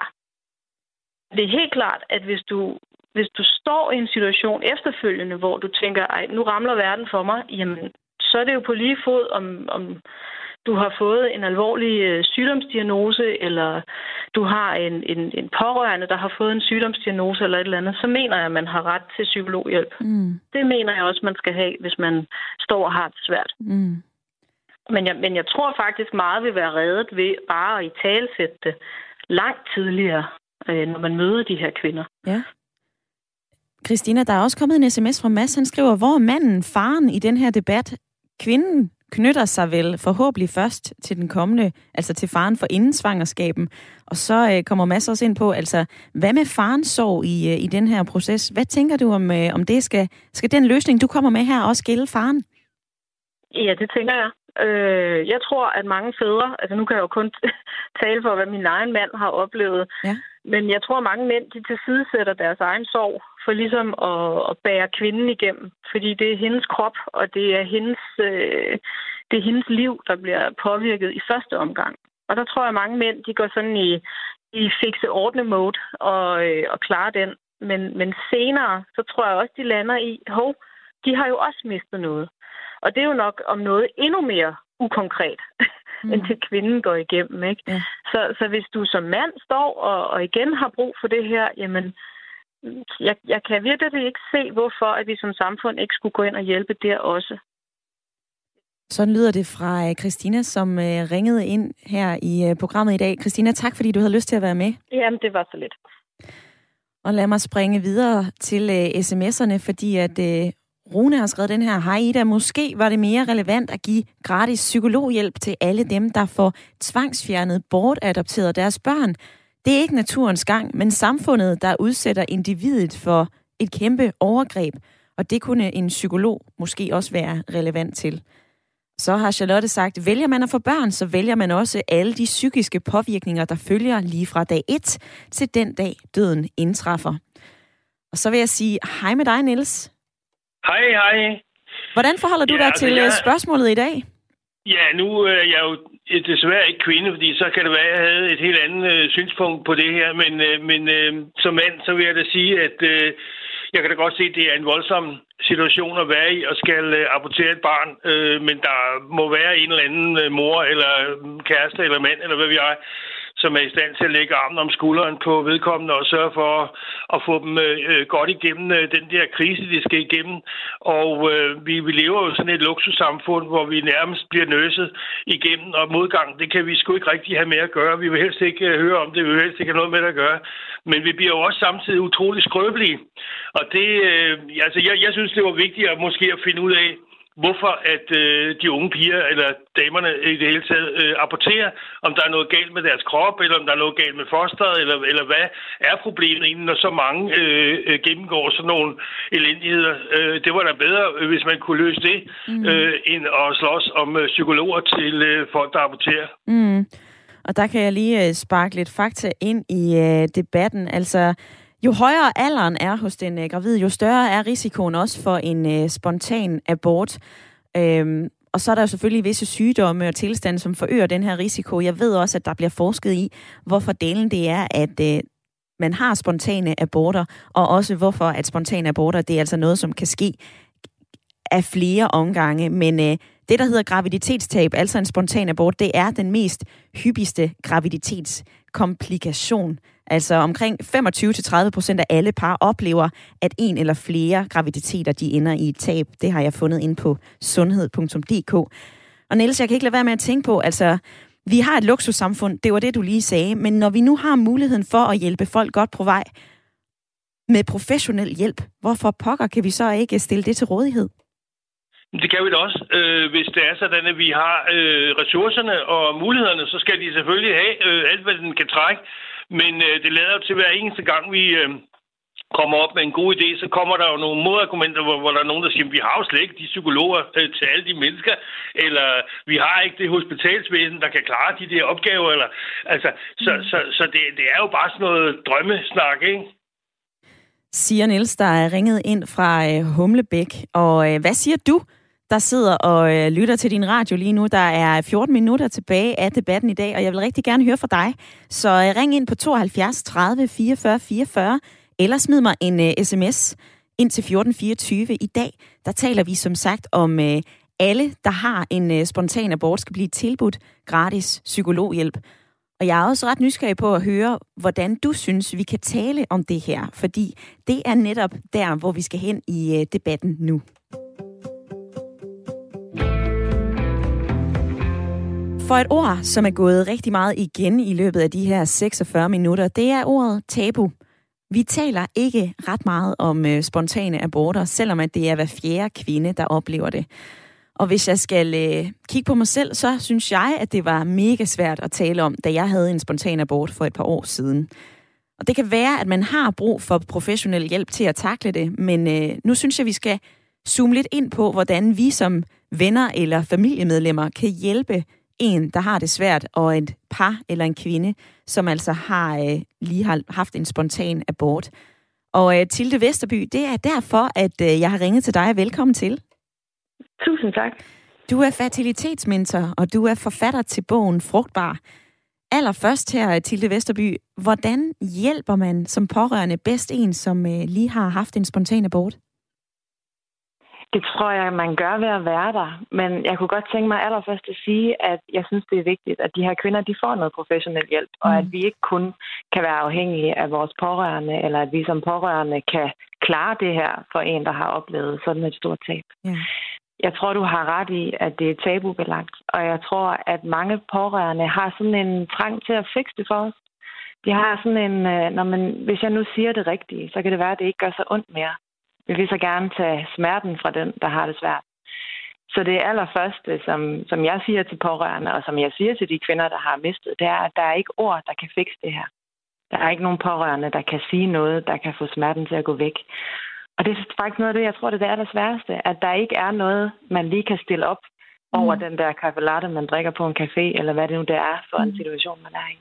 Det er helt klart, at hvis du, hvis du står i en situation efterfølgende, hvor du tænker, ej, nu ramler verden for mig, jamen, så er det jo på lige fod, om, om du har fået en alvorlig øh, sygdomsdiagnose, eller du har en, en, en pårørende, der har fået en sygdomsdiagnose eller et eller andet, så mener jeg, at man har ret til psykologhjælp. Mm. Det mener jeg også, man skal have, hvis man står og har det svært. Mm. Men jeg, men jeg tror faktisk meget vil være reddet ved bare at italesætte det langt tidligere, øh, når man møder de her kvinder. Ja. Christina, der er også kommet en sms fra Mads. Han skriver, hvor manden, faren i den her debat, kvinden knytter sig vel forhåbentlig først til den kommende, altså til faren for inden svangerskaben. Og så øh, kommer Mads også ind på, altså, hvad med farens sorg i, øh, i den her proces? Hvad tænker du om, øh, om det? Skal, skal den løsning, du kommer med her, også gælde faren? Ja, det tænker jeg. Øh, jeg tror, at mange fædre, altså nu kan jeg jo kun tale for, hvad min egen mand har oplevet, ja. Men jeg tror, at mange mænd, de tilsidesætter deres egen sorg for ligesom at, at bære kvinden igennem. Fordi det er hendes krop, og det er hendes, øh, det er hendes liv, der bliver påvirket i første omgang. Og der tror jeg, at mange mænd, de går sådan i, i fikse ordne mode og, øh, og klarer den. Men, men senere, så tror jeg også, de lander i, hov, de har jo også mistet noget. Og det er jo nok om noget endnu mere ukonkret, mm. end til kvinden går igennem. Ikke? Ja. Så, så hvis du som mand står og, og igen har brug for det her, jamen, jeg, jeg kan virkelig ikke se, hvorfor at vi som samfund ikke skulle gå ind og hjælpe der også. Sådan lyder det fra Christina, som ringede ind her i programmet i dag. Christina, tak fordi du havde lyst til at være med. Jamen, det var så lidt. Og lad mig springe videre til uh, sms'erne, fordi at uh, Rune har skrevet den her. Hej Ida, måske var det mere relevant at give gratis psykologhjælp til alle dem, der får tvangsfjernet, bortadopteret deres børn. Det er ikke naturens gang, men samfundet, der udsætter individet for et kæmpe overgreb. Og det kunne en psykolog måske også være relevant til. Så har Charlotte sagt, vælger man at få børn, så vælger man også alle de psykiske påvirkninger, der følger lige fra dag et til den dag, døden indtræffer. Og så vil jeg sige hej med dig, Niels. Hej, hej. Hvordan forholder du ja, dig altså, til jeg... spørgsmålet i dag? Ja, nu er jeg jo desværre ikke kvinde, fordi så kan det være, at jeg havde et helt andet øh, synspunkt på det her. Men, øh, men øh, som mand, så vil jeg da sige, at øh, jeg kan da godt se, at det er en voldsom situation at være i og skal øh, abortere et barn. Øh, men der må være en eller anden øh, mor eller kæreste eller mand, eller hvad vi er, som er i stand til at lægge armen om skulderen på vedkommende og sørge for at, at få dem øh, godt igennem øh, den der krise, de skal igennem. Og øh, vi, vi lever jo sådan et luksussamfund, hvor vi nærmest bliver nøset igennem, og modgang, det kan vi sgu ikke rigtig have med at gøre. Vi vil helst ikke øh, høre om det, vi vil helst ikke have noget med det at gøre. Men vi bliver jo også samtidig utrolig skrøbelige. Og det, øh, altså jeg, jeg synes, det var vigtigt at måske at finde ud af, hvorfor at øh, de unge piger eller damerne i det hele taget øh, aborterer, om der er noget galt med deres krop, eller om der er noget galt med fosteret, eller, eller hvad er problemet egentlig, når så mange øh, gennemgår sådan nogle elendigheder. Øh, det var da bedre, hvis man kunne løse det, mm. øh, end at slås om øh, psykologer til øh, folk, der aborterer. Mm. Og der kan jeg lige øh, sparke lidt fakta ind i øh, debatten. Altså, jo højere alderen er hos den øh, gravide, jo større er risikoen også for en øh, spontan abort. Øhm, og så er der jo selvfølgelig visse sygdomme og tilstande, som forøger den her risiko. Jeg ved også, at der bliver forsket i, hvorfor delen det er, at øh, man har spontane aborter, og også hvorfor at spontane aborter, det er altså noget, som kan ske af flere omgange. Men øh, det, der hedder graviditetstab, altså en spontan abort, det er den mest hyppigste graviditetskomplikation. Altså omkring femogtyve til tredive procent af alle par oplever, at en eller flere graviditeter, de ender i et tab. Det har jeg fundet ind på sundhed punktum d k. Og Niels, jeg kan ikke lade være med at tænke på, altså, vi har et luksussamfund, det var det, du lige sagde, men når vi nu har muligheden for at hjælpe folk godt på vej med professionel hjælp, hvorfor pokker kan vi så ikke stille det til rådighed? Det kan vi da også. Øh, hvis det er sådan, at vi har øh, ressourcerne og mulighederne, så skal de selvfølgelig have øh, alt, hvad den kan trække. Men øh, det lader jo til hver eneste gang, vi øh, kommer op med en god idé, så kommer der jo nogle modargumenter, hvor, hvor der er nogen, der siger, at vi har jo slet ikke de psykologer øh, til alle de mennesker, eller vi har ikke det hospitalsvæsen, der kan klare de der opgaver. Eller, altså, så mm. så, så det, det er jo bare sådan noget drømmesnak, ikke? Siger Niels, der er ringet ind fra øh, Humlebæk. Og øh, hvad siger du, der sidder og øh, lytter til din radio lige nu? Der er fjorten minutter tilbage af debatten i dag, og jeg vil rigtig gerne høre fra dig. Så øh, ring ind på tooghalvfjerds tredive fireogfyrre fireogfyrre, eller smid mig en øh, sms ind til fjorten fireogtyve. I dag, der taler vi som sagt om øh, alle, der har en øh, spontan abort, skal blive tilbudt gratis psykologhjælp. Og jeg er også ret nysgerrig på at høre, hvordan du synes, vi kan tale om det her, fordi det er netop der, hvor vi skal hen i øh, debatten nu. For et ord, som er gået rigtig meget igen i løbet af de her seksogfyrre minutter, det er ordet tabu. Vi taler ikke ret meget om øh, spontane aborter, selvom at det er hver fjerde kvinde, der oplever det. Og hvis jeg skal øh, kigge på mig selv, så synes jeg, at det var mega svært at tale om, da jeg havde en spontan abort for et par år siden. Og det kan være, at man har brug for professionel hjælp til at takle det, men øh, nu synes jeg, vi skal zoome lidt ind på, hvordan vi som venner eller familiemedlemmer kan hjælpe en, der har det svært, og et par eller en kvinde, som altså har øh, lige har haft en spontan abort. Og øh, Tilde Vesterby, det er derfor, at øh, jeg har ringet til dig. Velkommen til. Tusind tak. Du er fertilitetsmentor, og du er forfatter til bogen Frugtbar. Allerførst her, Tilde Vesterby, hvordan hjælper man som pårørende bedst en, som øh, lige har haft en spontan abort? Det tror jeg, man gør ved at være der. Men jeg kunne godt tænke mig allerførst at sige, at jeg synes, det er vigtigt, at de her kvinder, de får noget professionel hjælp, mm. og at vi ikke kun kan være afhængige af vores pårørende, eller at vi som pårørende kan klare det her for en, der har oplevet sådan et stort tab. Yeah. Jeg tror, du har ret i, at det er tabubelagt, og jeg tror, at mange pårørende har sådan en trang til at fikse det for os. De har sådan en, når man, hvis jeg nu siger det rigtige, så kan det være, at det ikke gør så ondt mere. Vi vil så gerne tage smerten fra den, der har det svært. Så det allerførste, som, som jeg siger til pårørende, og som jeg siger til de kvinder, der har mistet, det er, at der er ikke ord, der kan fikse det her. Der er ikke nogen pårørende, der kan sige noget, der kan få smerten til at gå væk. Og det er faktisk noget af det, jeg tror, det er det allersværeste, at der ikke er noget, man lige kan stille op mm. over den der kaffe latte, man drikker på en café, eller hvad det nu det er for en situation, man er i.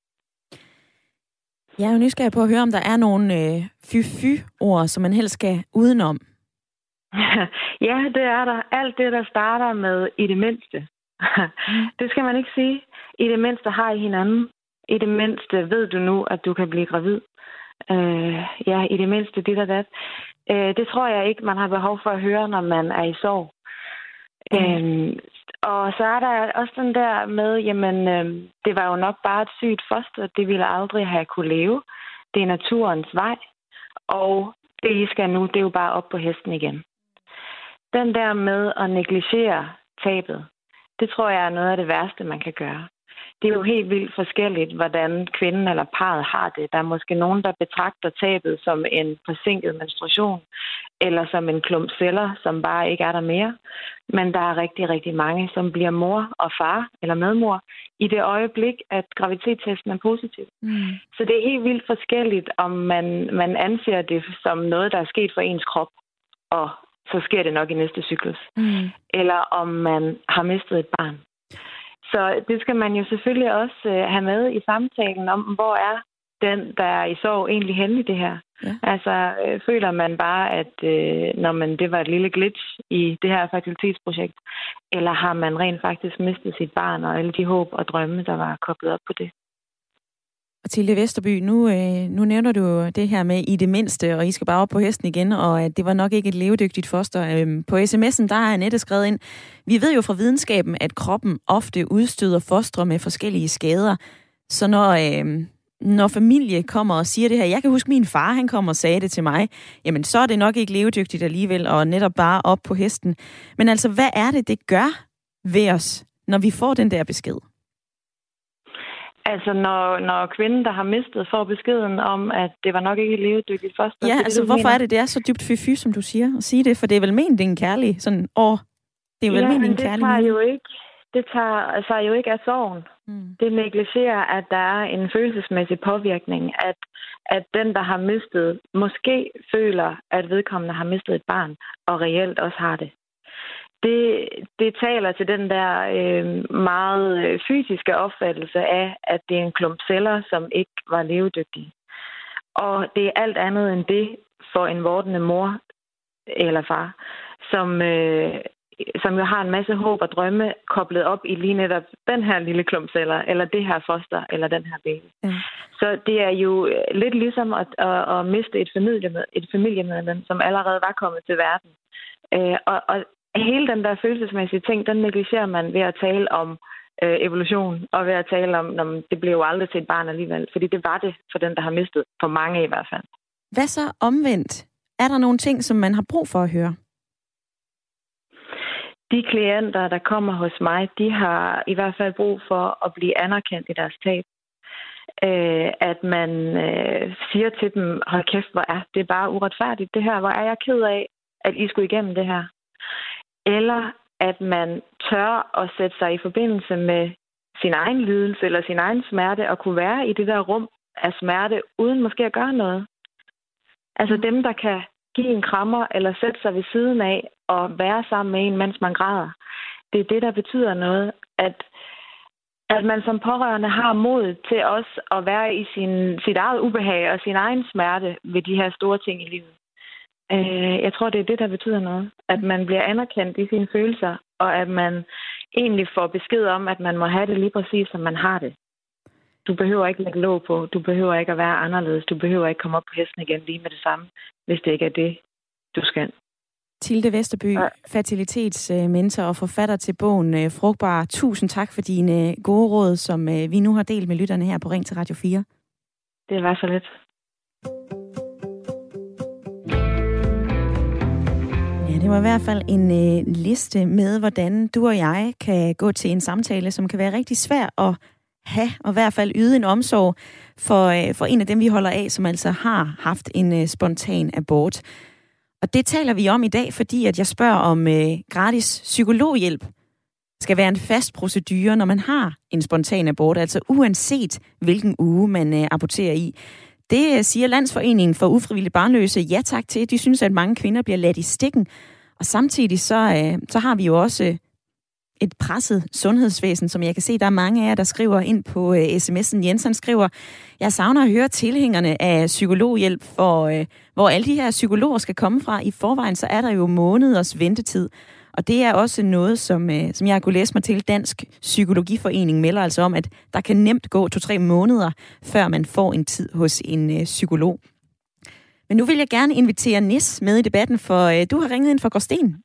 Jeg er jo nysgerrig på at høre, om der er nogle øh, fy-fy-ord, som man helst skal udenom. Ja, det er der. Alt det, der starter med i det mindste. Det skal man ikke sige. I det mindste har I hinanden. I det mindste ved du nu, at du kan blive gravid. Øh, ja, i det mindste dit og dat. Øh, det tror jeg ikke, man har behov for at høre, når man er i sorg. Mm. Øh, og så er der også den der med, jamen, øh, det var jo nok bare et sygt foster. Det ville aldrig have kunne leve. Det er naturens vej. Og det, I skal nu, det er jo bare op på hesten igen. Den der med at negligere tabet, det tror jeg er noget af det værste, man kan gøre. Det er jo helt vildt forskelligt, hvordan kvinden eller parret har det. Der er måske nogen, der betragter tabet som en forsinket menstruation, eller som en klump celler, som bare ikke er der mere. Men der er rigtig, rigtig mange, som bliver mor og far eller medmor i det øjeblik, at graviditetstesten er positiv. Mm. Så det er helt vildt forskelligt, om man, man anser det som noget, der er sket for ens krop, og så sker det nok i næste cyklus. Mm. Eller om man har mistet et barn. Så det skal man jo selvfølgelig også øh, have med i samtalen om, hvor er den, der er i sorg, egentlig henne i det her. Ja. Altså, øh, føler man bare, at øh, når man, det var et lille glitch i det her fertilitetsprojekt, eller har man rent faktisk mistet sit barn og alle de håb og drømme, der var koblet op på det? Og Tilde Vesterby, nu, øh, nu nævner du det her med i det mindste, og I skal bare op på hesten igen, og at det var nok ikke et levedygtigt foster. Øh, på sms'en, der har Annette skrevet ind, vi ved jo fra videnskaben, at kroppen ofte udstøder fostre med forskellige skader. Så når, øh, når familie kommer og siger det her, jeg kan huske min far, han kom og sagde det til mig, jamen så er det nok ikke levedygtigt alligevel, og netop bare op på hesten. Men altså, hvad er det, det gør ved os, når vi får den der besked? Altså, når, når kvinden, der har mistet, får beskeden om, at det var nok ikke et levedygtigt foster. Ja, det, altså, det, hvorfor mener. er det, det er så dybt fy-fy, som du siger, at sige det? For det er vel ment, det er en kærlig, sådan, åh, det er vel ja, ment, en det kærlig tager jo ikke, det tager sig jo ikke af sorgen. Mm. Det negligerer, at der er en følelsesmæssig påvirkning, at, at den, der har mistet, måske føler, at vedkommende har mistet et barn, og reelt også har det. Det, det taler til den der øh, meget øh, fysiske opfattelse af, at det er en klump celler, som ikke var levedygtige. Og det er alt andet end det for en vordende mor eller far, som, øh, som jo har en masse håb og drømme koblet op i lige netop den her lille klump celler, eller det her foster, eller den her baby. Mm. Så det er jo lidt ligesom at, at, at miste et familiemedlem, et familiemedlem, som allerede var kommet til verden. Øh, og, og hele den der følelsesmæssige ting, den negligerer man ved at tale om øh, evolution, og ved at tale om, om, det blev jo aldrig til et barn alligevel, fordi det var det for den, der har mistet, for mange i hvert fald. Hvad så omvendt? Er der nogle ting, som man har brug for at høre? De klienter, der kommer hos mig, de har i hvert fald brug for at blive anerkendt i deres tab. Øh, at man øh, siger til dem, hold kæft, hvor er det bare uretfærdigt det her, hvor er jeg ked af, at I skulle igennem det her. Eller at man tør at sætte sig i forbindelse med sin egen lidelse eller sin egen smerte og kunne være i det der rum af smerte, uden måske at gøre noget. Altså dem, der kan give en krammer eller sætte sig ved siden af og være sammen med en, mens man græder. Det er det, der betyder noget. At, at man som pårørende har mod til også at være i sin, sit eget ubehag og sin egen smerte ved de her store ting i livet. Jeg tror, det er det, der betyder noget. At man bliver anerkendt i sine følelser, og at man egentlig får besked om, at man må have det lige præcis, som man har det. Du behøver ikke lægge låg på. Du behøver ikke at være anderledes. Du behøver ikke komme op på hesten igen lige med det samme, hvis det ikke er det, du skal. Tilde Vesterby, ja. Fertilitetsmentor og forfatter til bogen Frugtbar. Tusind tak for dine gode råd, som vi nu har delt med lytterne her på Ring til Radio fire. Det var så lidt. Det var i hvert fald en øh, liste med, hvordan du og jeg kan gå til en samtale, som kan være rigtig svær at have, og i hvert fald yde en omsorg for, øh, for en af dem, vi holder af, som altså har haft en øh, spontan abort. Og det taler vi om i dag, fordi at jeg spørger, om øh, gratis psykologhjælp skal være en fast procedure, når man har en spontan abort, altså uanset hvilken uge man øh, aborterer i. Det siger Landsforeningen for Ufrivilligt Barnløse ja tak til. De synes, at mange kvinder bliver ladt i stikken. Og samtidig så, øh, så har vi jo også et presset sundhedsvæsen, som jeg kan se, der er mange af jer, der skriver ind på øh, sms'en. Jens, han skriver, jeg savner at høre tilhængerne af psykologhjælp, for øh, hvor alle de her psykologer skal komme fra. I forvejen, så er der jo måneders ventetid. Og det er også noget, som, øh, som jeg kunne læse mig til. Dansk Psykologiforening melder altså om, at der kan nemt gå to-tre måneder, før man får en tid hos en øh, psykolog. Men nu vil jeg gerne invitere Nis med i debatten, for øh, du har ringet ind fra Gråsten.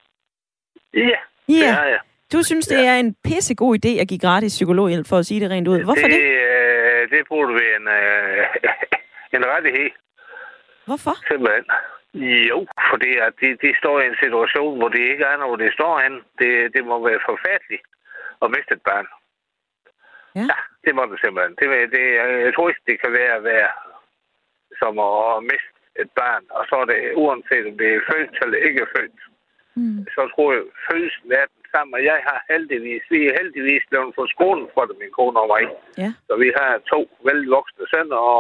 Ja, ja, det har jeg. Du synes, det er en pissegod idé at give gratis psykologhjælp, for at sige det rent ud. Hvorfor det? Det, øh, det burde være en, øh, en rettighed. Hvorfor? Simpelthen. Jo, fordi at de, de står i en situation, hvor det ikke er, hvor det står hen. Det, det må være forfærdeligt at miste et barn. Ja. Ja, det må det simpelthen. Det, det, jeg tror ikke, det kan være at være som at miste et barn. Og så er det uanset, om det er født eller ikke født. Mm. Så tror jeg, følelsen er den samme. Og jeg har heldigvis, vi er heldigvis blevet for skolen for det, min kone og mig. Ja. Så vi har to velvoksne sønner og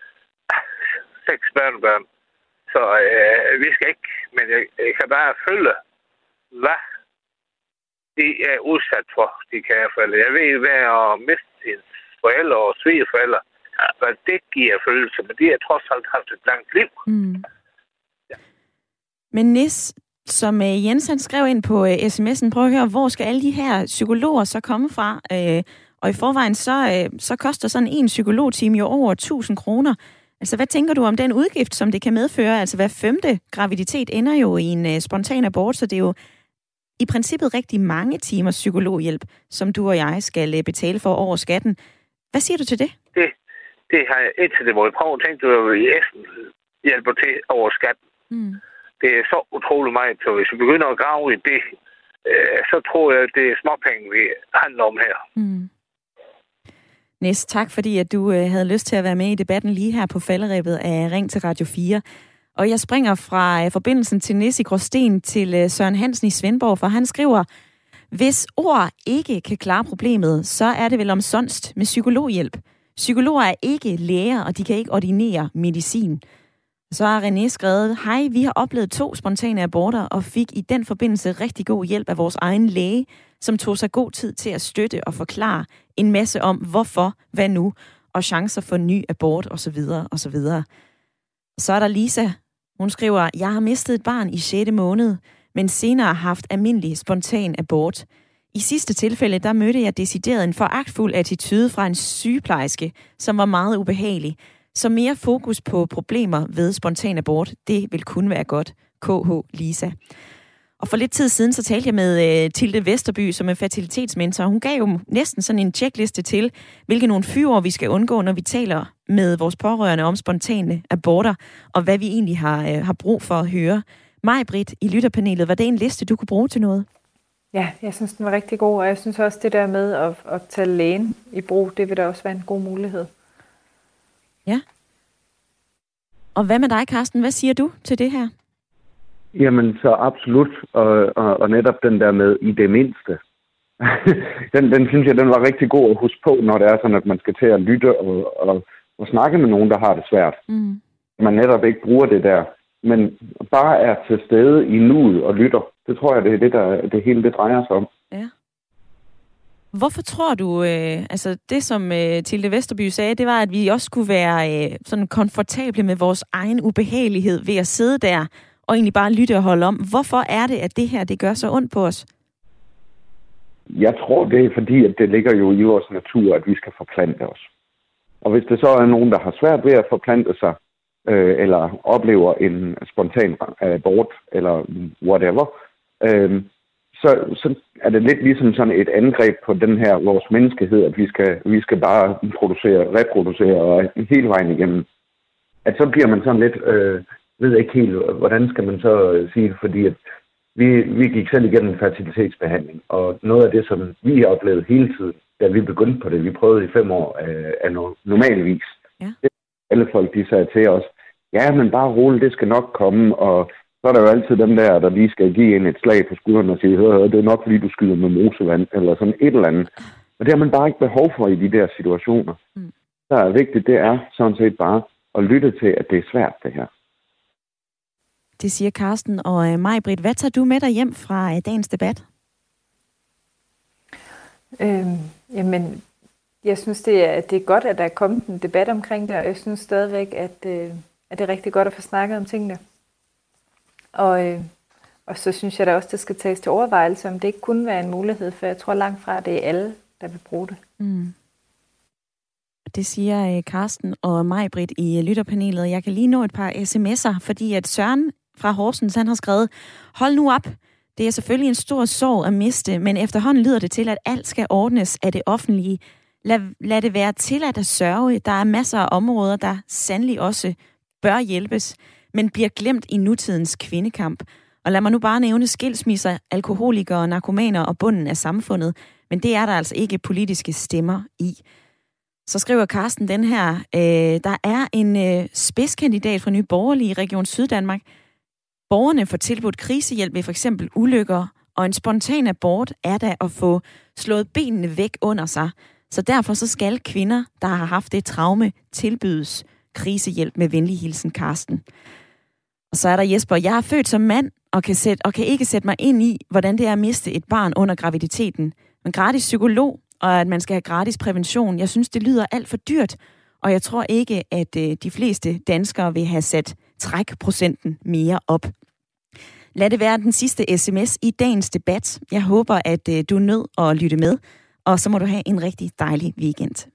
seks børnebørn. Så øh, vi skal ikke, men jeg, jeg kan bare følge, hvad de er udsat for, de kære forældre. Jeg ved, hvad at miste sine forældre og svigerforældre, hvad det giver følelse, men de har trods alt haft et langt liv. Mm. Ja. Men Nis, som uh, Jens han skrev ind på uh, sms'en, prøv at høre, hvor skal alle de her psykologer så komme fra? Uh, og i forvejen, så, uh, så koster sådan en psykologtime jo over tusind kroner. Altså, hvad tænker du om den udgift, som det kan medføre? Altså, hver femte graviditet ender jo i en uh, spontan abort, så det er jo i princippet rigtig mange timers psykologhjælp, som du og jeg skal uh, betale for over skatten. Hvad siger du til det? Det, det har jeg indtil det, hvor jeg prøver at tænke, at du i Essen hjælper til over skatten. Mm. Det er så utrolig meget, så hvis vi begynder at grave i det, øh, så tror jeg, at det er småpenge, vi handler om her. Mm. Næs, tak fordi at du øh, havde lyst til at være med i debatten lige her på falderebet af Ring til Radio fire. Og jeg springer fra øh, forbindelsen til Nis i Gråsten til øh, Søren Hansen i Svendborg, for han skriver, hvis ord ikke kan klare problemet, så er det vel omsonst med psykologhjælp. Psykologer er ikke læger, og de kan ikke ordinere medicin. Så har René skrevet, hej, vi har oplevet to spontane aborter og fik i den forbindelse rigtig god hjælp af vores egen læge, som tog sig god tid til at støtte og forklare en masse om, hvorfor, hvad nu, og chancer for ny abort osv. osv. Så er der Lisa. Hun skriver, jeg har mistet et barn i sjette måned, men senere haft almindelig spontan abort. I sidste tilfælde, der mødte jeg decideret en foragtfuld attitude fra en sygeplejerske, som var meget ubehagelig. Så mere fokus på problemer ved spontan abort, det vil kun være godt. K H Lisa. Og for lidt tid siden, så talte jeg med uh, Tilde Vesterby, som er fertilitetsmentor. Hun gav jo næsten sådan en checkliste til, hvilke nogle fyre vi skal undgå, når vi taler med vores pårørende om spontane aborter, og hvad vi egentlig har, uh, har brug for at høre. Maj-Britt i lytterpanelet, var det en liste, du kunne bruge til noget? Ja, jeg synes, den var rigtig god, og jeg synes også, det der med at, at tage lægen i brug, det vil da også være en god mulighed. Ja. Og hvad med dig, Carsten? Hvad siger du til det her? Jamen, så absolut. Og, og, og netop den der med i det mindste. den, den synes jeg, den var rigtig god at huske på, når det er sådan, at man skal til at lytte og, og, og snakke med nogen, der har det svært. Mm. Man netop ikke bruger det der, men bare er til stede i nuet og lytter. Det tror jeg, det er det, der det hele det drejer sig om. Ja. Hvorfor tror du, øh, altså det som øh, Tilde Vesterby sagde, det var, at vi også skulle være øh, sådan komfortable med vores egen ubehagelighed ved at sidde der og egentlig bare lytte og holde om. Hvorfor er det, at det her, det gør så ondt på os? Jeg tror, det er fordi, at det ligger jo i vores natur, at vi skal forplante os. Og hvis det så er nogen, der har svært ved at forplante sig, øh, eller oplever en spontan abort, eller whatever, øh, Så, så er det lidt ligesom sådan et angreb på den her vores menneskehed, at vi skal, vi skal bare producere, reproducere og hele vejen igennem. At så bliver man sådan lidt, øh, ved ikke helt, hvordan skal man så sige det, fordi at vi, vi gik selv igennem en fertilitetsbehandling, og noget af det, som vi har oplevet hele tiden, da vi begyndte på det, vi prøvede i fem år øh, af normalvis. Ja. Alle folk, de sagde til os, ja, men bare roligt, det skal nok komme, og så er der jo altid dem der, der lige skal give en et slag på skulderen og sige, hør, det er nok fordi, du skyder med mosevand, eller sådan et eller andet. Og det har man bare ikke behov for i de der situationer. Mm. Der er vigtigt, det er sådan set bare at lytte til, at det er svært, det her. Det siger Carsten. Og uh, Maj-Britt, hvad tager du med dig hjem fra uh, dagens debat? Øhm, jamen, jeg synes, det er, det er godt, at der er kommet en debat omkring det, og jeg synes stadigvæk, at, øh, at det er rigtig godt at få snakket om tingene. Og, øh, og så synes jeg da også, det skal tages til overvejelse, om det ikke kunne være en mulighed, for jeg tror langt fra, at det er alle, der vil bruge det. Mm. Det siger Karsten og Maj-Britt i lytterpanelet. Jeg kan lige nå et par sms'er, fordi at Søren fra Horsens, han har skrevet: hold nu op. Det er selvfølgelig en stor sorg at miste, men efterhånden lyder det til, at alt skal ordnes af det offentlige. Lad, lad det være tilladt at sørge. Der er masser af områder, der sandelig også bør hjælpes, men bliver glemt i nutidens kvindekamp. Og lad mig nu bare nævne skilsmisser, alkoholikere, narkomaner og bunden af samfundet, men det er der altså ikke politiske stemmer i. Så skriver Karsten den her: øh, der er en øh, spidskandidat fra Nye Borgerlige i Region Syddanmark. Borgerne får tilbudt krisehjælp ved for eksempel ulykker, og en spontan abort er da at få slået benene væk under sig. Så derfor så skal kvinder, der har haft det traume, tilbydes krisehjælp. Med venlig hilsen, Karsten. Og så er der Jesper: jeg er født som mand og kan, sætte, og kan ikke sætte mig ind i, hvordan det er at miste et barn under graviditeten. Men gratis psykolog, og at man skal have gratis prævention, jeg synes, det lyder alt for dyrt. Og jeg tror ikke, at øh, de fleste danskere vil have sat trækprocenten mere op. Lad det være den sidste sms i dagens debat. Jeg håber, at øh, du er nødt at lytte med, og så må du have en rigtig dejlig weekend.